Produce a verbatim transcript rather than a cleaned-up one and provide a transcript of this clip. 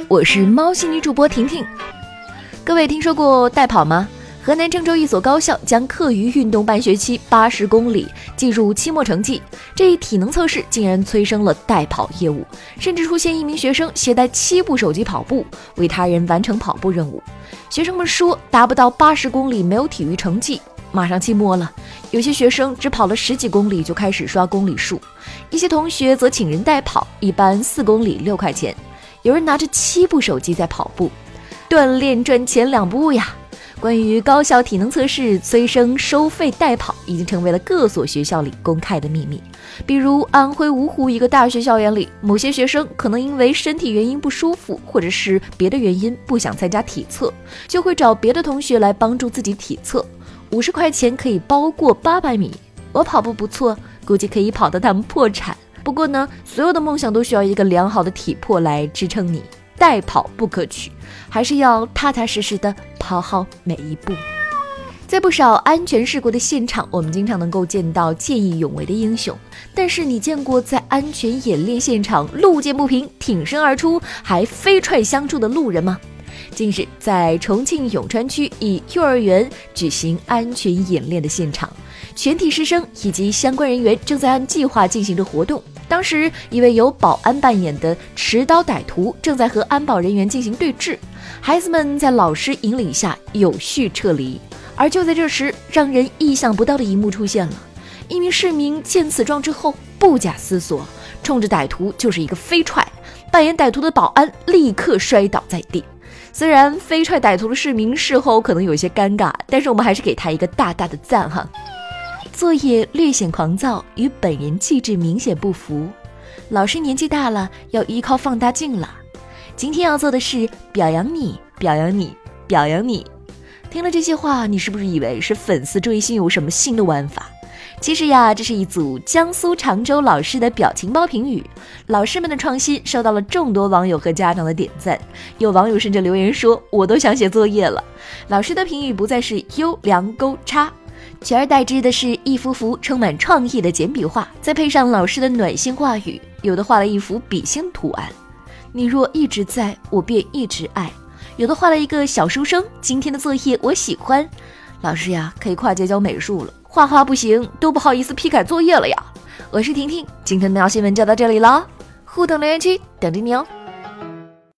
我是猫系女主播婷婷。各位听说过代跑吗？河南郑州一所高校将课余运动半学期八十公里计入期末成绩，这一体能测试竟然催生了代跑业务，甚至出现一名学生携带七部手机跑步，为他人完成跑步任务。学生们说达不到八十公里没有体育成绩。马上期末了，有些学生只跑了十几公里就开始刷公里数，一些同学则请人代跑，一般四公里六块钱，有人拿着七部手机在跑步，锻炼赚钱两不误呀。关于高校体能测试催生收费代跑，已经成为了各所学校里公开的秘密。比如安徽芜湖一个大学校园里，某些学生可能因为身体原因不舒服，或者是别的原因不想参加体测，就会找别的同学来帮助自己体测，五十块钱可以包过八百米。我跑步不错，估计可以跑到他们破产。不过呢，所有的梦想都需要一个良好的体魄来支撑你，代跑不可取，还是要踏踏实实的跑好每一步。在不少安全事故的现场，我们经常能够见到见义勇为的英雄，但是你见过在安全演练现场路见不平挺身而出还飞踹相助的路人吗？近日在重庆永川区一幼儿园举行安全演练的现场，全体师生以及相关人员正在按计划进行着活动。当时一位由保安扮演的持刀歹徒正在和安保人员进行对峙，孩子们在老师引领下有序撤离。而就在这时，让人意想不到的一幕出现了，一名市民见此状之后不假思索，冲着歹徒就是一个飞踹，扮演歹徒的保安立刻摔倒在地。虽然飞踹歹徒的市民事后可能有些尴尬，但是我们还是给他一个大大的赞哈。作业略显狂躁，与本人气质明显不符，老师年纪大了，要依靠放大镜了。今天要做的是表扬你，表扬你，表扬你。听了这些话，你是不是以为是粉丝追星有什么新的玩法？其实呀，这是一组江苏常州老师的表情包评语，老师们的创新受到了众多网友和家长的点赞。有网友甚至留言说，我都想写作业了。老师的评语不再是优良勾叉，取而代之的是一幅幅充满创意的简笔画，再配上老师的暖心话语，有的画了一幅笔仙图案，你若一直在，我便一直爱。有的画了一个小书生，今天的作业我喜欢。老师呀，可以跨界教美术了，画画不行都不好意思批改作业了呀。我是婷婷，今天的喵新闻就到这里了，互动留言区等着你哦。